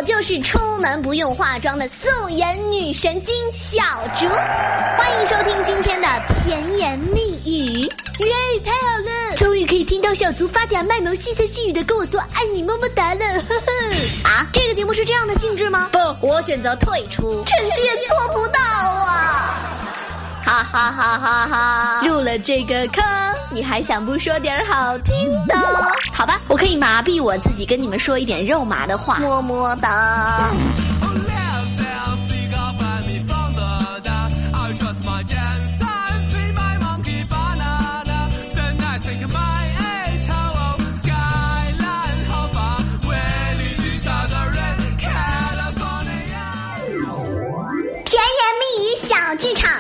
就是出门不用化妆的素颜女神经小竹，欢迎收听今天的甜言蜜语。耶，太好了，终于可以听到小竹发嗲卖萌细声细语的跟我说爱你么么哒了，呵呵。啊，这个节目是这样的性质吗？不，我选择退出，臣妾做不到啊。哈哈哈哈哈！入了这个坑，你还想不说点好听的？好吧，我可以麻痹我自己，跟你们说一点肉麻的话，么么哒。甜言蜜语小剧场。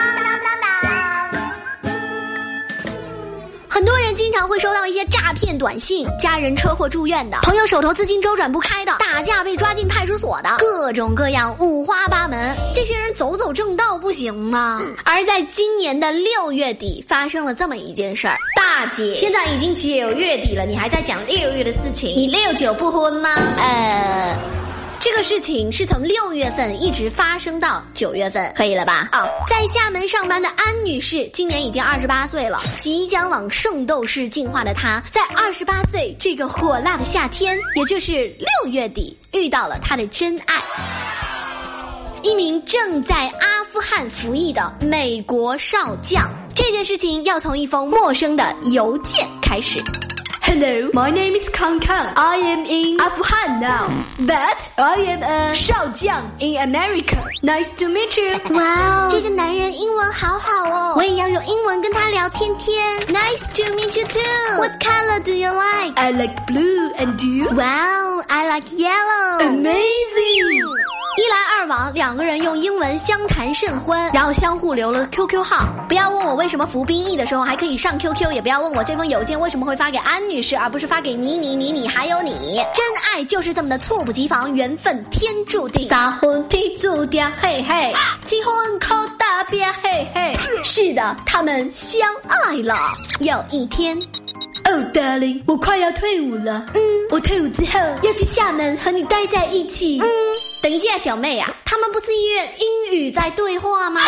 很多人经常会收到一些诈骗短信，家人车祸住院的，朋友手头资金周转不开的，打架被抓进派出所的，各种各样五花八门。这些人走走正道不行吗？而在今年的6月底发生了这么一件事儿。大姐，现在已经9月底了，你还在讲6月的事情，你6、9不婚吗？这个事情是从6月份一直发生到9月份，可以了吧？在厦门上班的安女士今年已经28岁了，即将往圣斗士进化的她，在28岁这个火辣的夏天，也就是6月底，遇到了她的真爱，一名正在阿富汗服役的美国少将。这件事情要从一封陌生的邮件开始。Hello, my name is Kang Kang. I am in Afghan now, but I am a 少将 in America. Nice to meet you. Wow, 这个男人英文好好哦，我也要用英文跟他聊天天。Nice to meet you too. What color do you like? I like blue, and you? Wow, I like yellow. Amazing. 一来二往，两个人用英文相谈甚欢，然后相互留了 QQ 号。不要问我为什么服兵役的时候还可以上 QQ， 也不要问我这封邮件为什么会发给安女士，而不是发给你还有你。真爱就是这么的猝不及防，缘分天注定。撒婚天注定，嘿嘿，结婚靠大边，嘿嘿。是的，他们相爱了。有一天，Oh darling， 我快要退伍了。我退伍之后要去厦门和你待在一起。等一下，小妹啊，他们不是用英语在对话吗？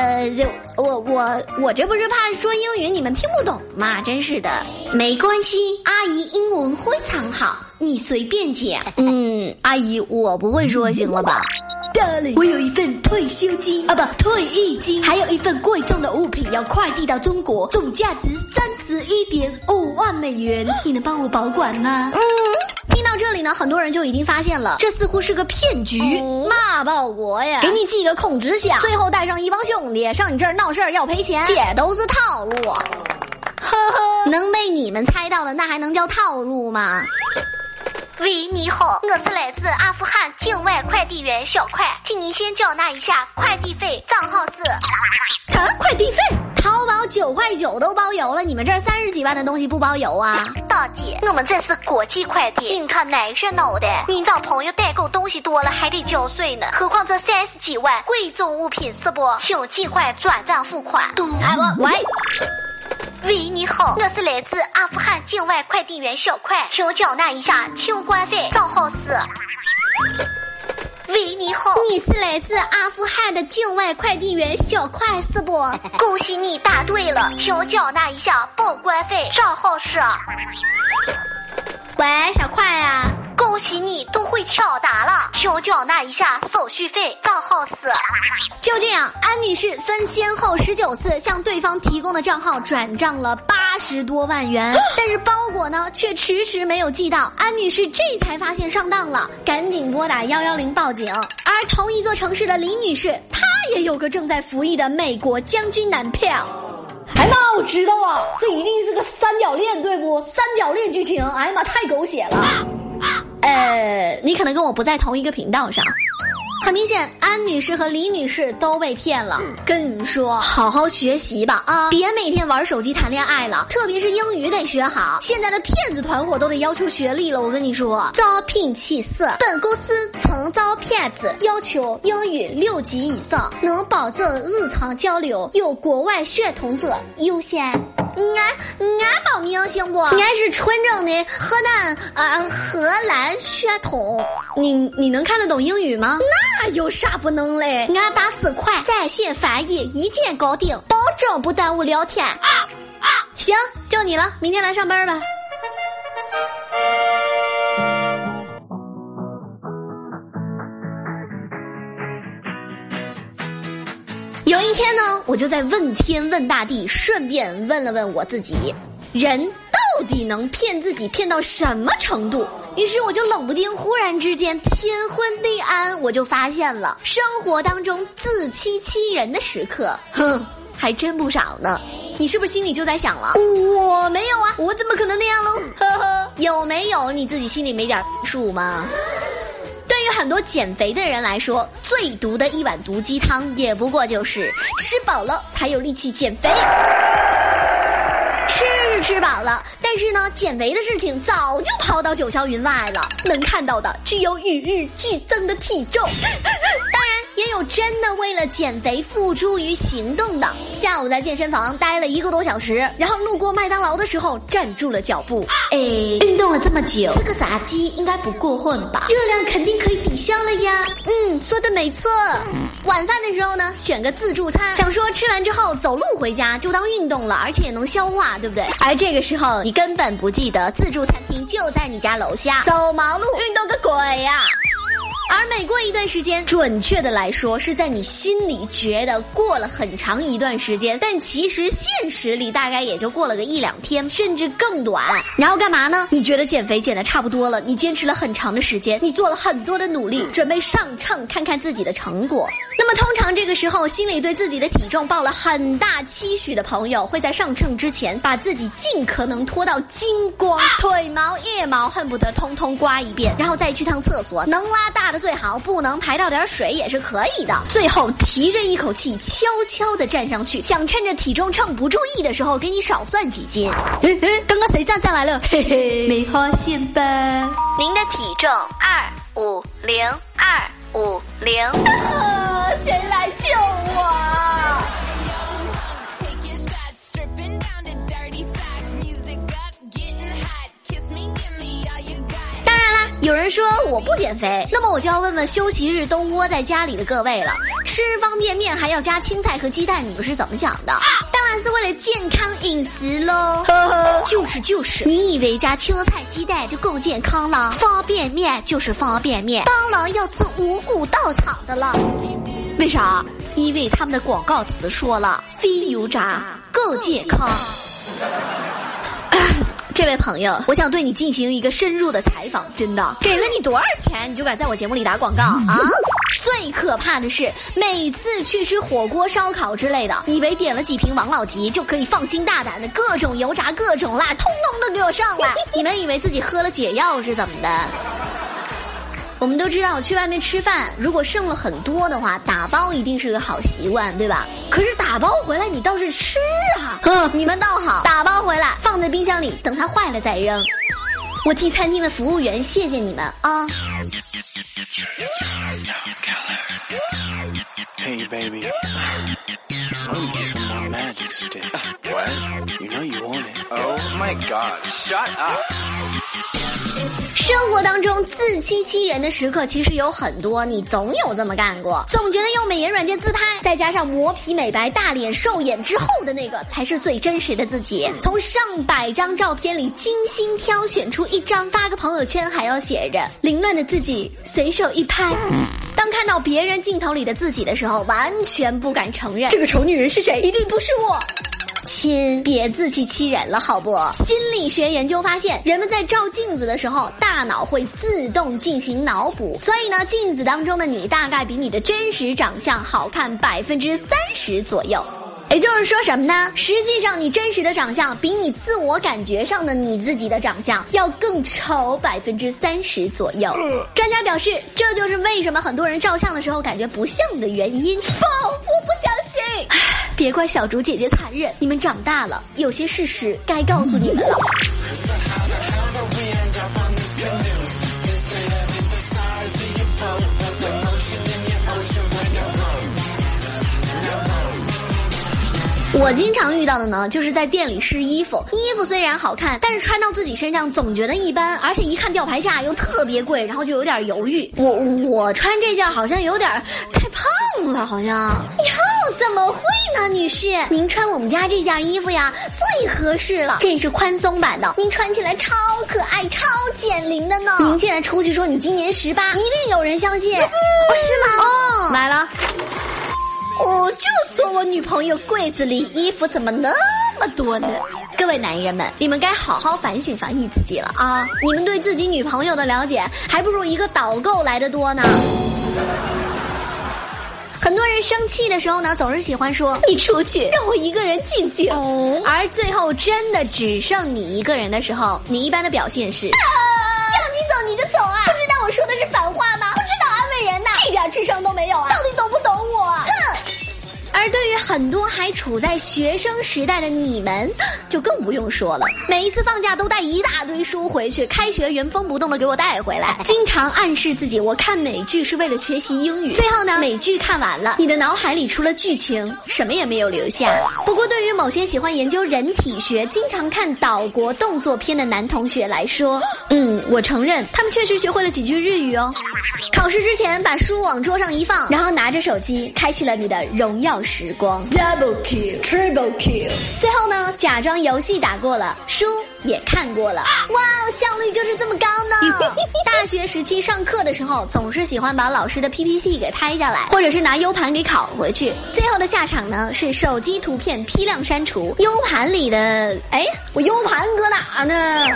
我这不是怕说英语你们听不懂吗？真是的。没关系，阿姨英文非常好，你随便讲。阿姨我不会说，行了吧？Darling， 我有一份退休金退役金，还有一份贵重的物品要快递到中国，总价值31.5万美元，你能帮我保管吗？听到这里呢，很多人就已经发现了，这似乎是个骗局，骂报国呀！给你寄个空纸箱，最后带上一帮兄弟上你这儿闹事儿要赔钱，这都是套路。呵呵，能被你们猜到的，那还能叫套路吗？喂，你好，我是来自阿富汗境外快递员小快，请您先缴纳一下快递费，账号是……快递费？淘宝9块9都包邮了，你们这儿30几万的东西不包邮啊？大姐，我们这是国际快递，您看哪是脑袋？您找朋友代购东西多了还得交税呢，何况这30几万贵重物品是不？请尽快转账付款。喂，你好，我是来自阿富汗境外快递员小快，请缴纳一下清关费，账号是……喂，你好，你是来自阿富汗的境外快递员小快是不？恭喜你答对了，请缴纳一下报关费，账号是……喂，小快啊，恭喜你都会抢答了，请缴纳一下手续费，账号是……就这样，安女士分先后19次向对方提供的账号转账了80多万元，但是包裹呢却迟迟没有寄到。安女士这才发现上当了，赶紧拨打110报警。而同一座城市的李女士，她也有个正在服役的美国将军男票。哎妈，我知道啊，这一定是个三角恋，对不？三角恋剧情，哎呀妈，太狗血了。你可能跟我不在同一个频道上。很明显，安女士和李女士都被骗了。跟你们说，好好学习吧啊！别每天玩手机谈恋爱了，特别是英语得学好。现在的骗子团伙都得要求学历了，我跟你说。招聘启事：本公司诚招骗子，要求英语6级以上，能保证日常交流，有国外血统者优先。俺报名行不？俺是纯正的荷兰血统。你能看得懂英语吗？那有啥不能嘞？俺打字快，在线翻译一键搞定，保证不耽误聊天。行，就你了，明天来上班吧。有一天呢，我就在问天问大地，顺便问了问我自己，人到底能骗自己骗到什么程度？于是我就冷不丁忽然之间天昏地暗，我就发现了生活当中自欺欺人的时刻，还真不少呢。你是不是心里就在想了，我没有啊，我怎么可能那样喽？呵呵，有没有你自己心里没点数吗？对于很多减肥的人来说，最毒的一碗毒鸡汤也不过就是吃饱了才有力气减肥。吃是吃饱了，但是呢，减肥的事情早就抛到九霄云外了，能看到的只有与日俱增的体重。当然也有真的为了减肥付诸于行动的，下午在健身房待了1个多小时，然后路过麦当劳的时候站住了脚步。运动了这么久，吃个炸鸡应该不过分吧？热量肯定可以抵消了呀。说的没错。晚饭的时候呢，选个自助餐，想说吃完之后走路回家就当运动了，而且也能消化，对不对？而这个时候你根本不记得自助餐厅就在你家楼下，走毛路运动个鬼呀！而每过一段时间，准确的来说是在你心里觉得过了很长一段时间，但其实现实里大概也就过了个1-2天，甚至更短。然后干嘛呢？你觉得减肥减得差不多了，你坚持了很长的时间，你做了很多的努力，准备上秤看看自己的成果。那么通常这个时候，心里对自己的体重抱了很大期许的朋友，会在上秤之前把自己尽可能拖到精光，腿毛腋毛恨不得通通刮一遍，然后再去趟厕所，能拉大的最好，不能排到点水也是可以的。最后提着一口气悄悄地站上去，想趁着体重秤不注意的时候给你少算几斤。刚刚谁站上来了？嘿嘿，没发现吧？您的体重250，250。谁来救我？当然啦，有人说我不减肥，那么我就要问问休息日都窝在家里的各位了，吃方便面还要加青菜和鸡蛋，你们是怎么想的？当然是为了健康饮食喽。就是，你以为加青菜鸡蛋就够健康了？方便面就是方便面，当然要吃五谷道场的了。为啥？因为他们的广告词说了，非油炸更健康。这位朋友，我想对你进行一个深入的采访，真的，给了你多少钱你就敢在我节目里打广告啊？最可怕的是，每次去吃火锅烧烤之类的，以为点了几瓶王老吉就可以放心大胆的各种油炸各种辣通通的给我上来。你们以为自己喝了解药是怎么的？我们都知道去外面吃饭，如果剩了很多的话，打包一定是个好习惯，对吧？可是打包回来你倒是吃啊！你们倒好，打包回来放在冰箱里，等它坏了再扔。我替餐厅的服务员谢谢你们啊。 Hey baby, let me get some more magic stick. What? You know you want it. Oh my god, shut up. 生活当中自欺欺人的时刻其实有很多，你总有这么干过，总觉得用美颜软件自拍，再加上磨皮美白大脸瘦眼之后的那个才是最真实的自己，从上百张照片里精心挑选出一张发个朋友圈，还要写着凌乱的自己随手一拍。当看到别人镜头里的自己的时候，完全不敢承认这个丑女人是谁，一定不是我。亲，别自欺欺人了好不？心理学研究发现，人们在照镜子的时候，大脑会自动进行脑补，所以呢，镜子当中的你大概比你的真实长相好看30%左右。也就是说什么呢？实际上你真实的长相比你自我感觉上的你自己的长相要更丑30%左右。专家表示，这就是为什么很多人照相的时候感觉不像的原因。不，我不相信。别怪小竹姐姐残忍，你们长大了，有些事实该告诉你们了。 我经常遇到的呢，就是在店里试衣服，衣服虽然好看，但是穿到自己身上总觉得一般，而且一看吊牌价又特别贵，然后就有点犹豫。我穿这件好像有点太胖了，好像。哟，怎么会呢，女士？您穿我们家这件衣服呀，最合适了。这是宽松版的，您穿起来超可爱、超减龄的呢。您现在出去说你今年18，一定有人相信。哦，是吗？哦，买了。我就说我女朋友柜子里衣服怎么那么多呢？各位男人们，你们该好好反省反省自己了啊！你们对自己女朋友的了解，还不如一个导购来得多呢。很多人生气的时候呢，总是喜欢说你出去，让我一个人静静。而最后真的只剩你一个人的时候，你一般的表现是叫你走你就走啊！不知道我说的是反话吗？不知道安慰人呐，这点智商都没有啊！到底懂不懂我？哼！而对于很多还处在学生时代的你们，就更不用说了。每一次放假都带一大堆书回去，开学原封不动的给我带回来，经常暗示自己我看美剧是为了学习英语。最后呢，美剧看完了，你的脑海里除了剧情，什么也没有留下。不过对于某些喜欢研究人体学、经常看岛国动作片的男同学来说，我承认他们确实学会了几句日语哦。考试之前把书往桌上一放，然后拿着手机开启了你的荣耀时光 ，Double Kill Triple Kill。最后呢，假装游戏打过了，书也看过了，哇，效率就是这么高呢！大学时期上课的时候，总是喜欢把老师的 PPT 给拍下来，或者是拿 U 盘给拷回去。最后的下场呢，是手机图片批量删除 ，U 盘里的，我 U 盘搁哪呢？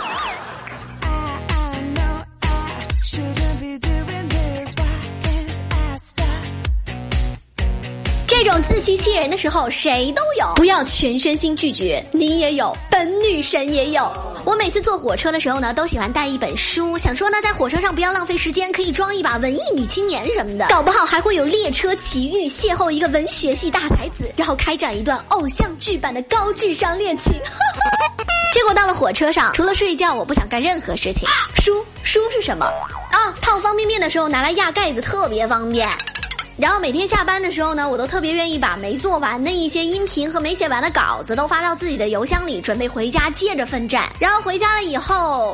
这种自欺欺人的时候谁都有，不要全身心拒绝，你也有，本女神也有。我每次坐火车的时候呢，都喜欢带一本书，想说呢，在火车上不要浪费时间，可以装一把文艺女青年什么的，搞不好还会有列车奇遇，邂逅一个文学系大才子，然后开展一段偶像剧版的高智商恋情。结果到了火车上，除了睡觉，我不想干任何事情。书是什么啊？泡方便面的时候拿来压盖子，特别方便。然后每天下班的时候呢，我都特别愿意把没做完的一些音频和没写完的稿子都发到自己的邮箱里，准备回家接着奋战。然后回家了以后，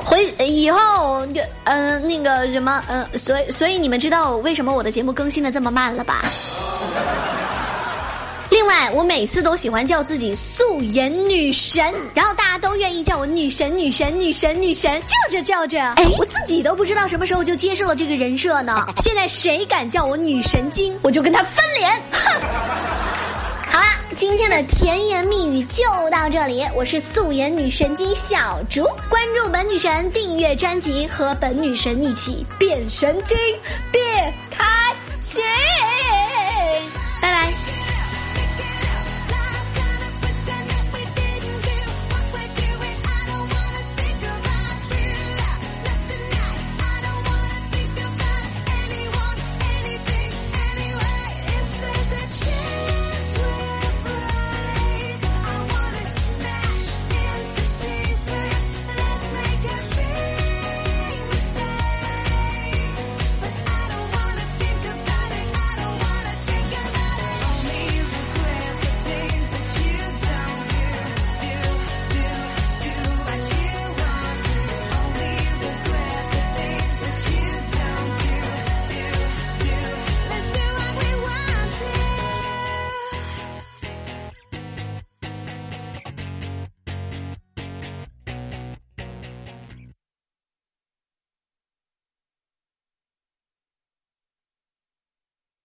所以你们知道为什么我的节目更新的这么慢了吧？另外，我每次都喜欢叫自己素颜女神，然后大家都愿意叫我女神，叫着，我自己都不知道什么时候就接受了这个人设呢。现在谁敢叫我女神经，我就跟他翻脸，哼！好啦，今天的甜言蜜语就到这里，我是素颜女神经小竹，关注本女神，订阅专辑，和本女神一起变神经，变开心。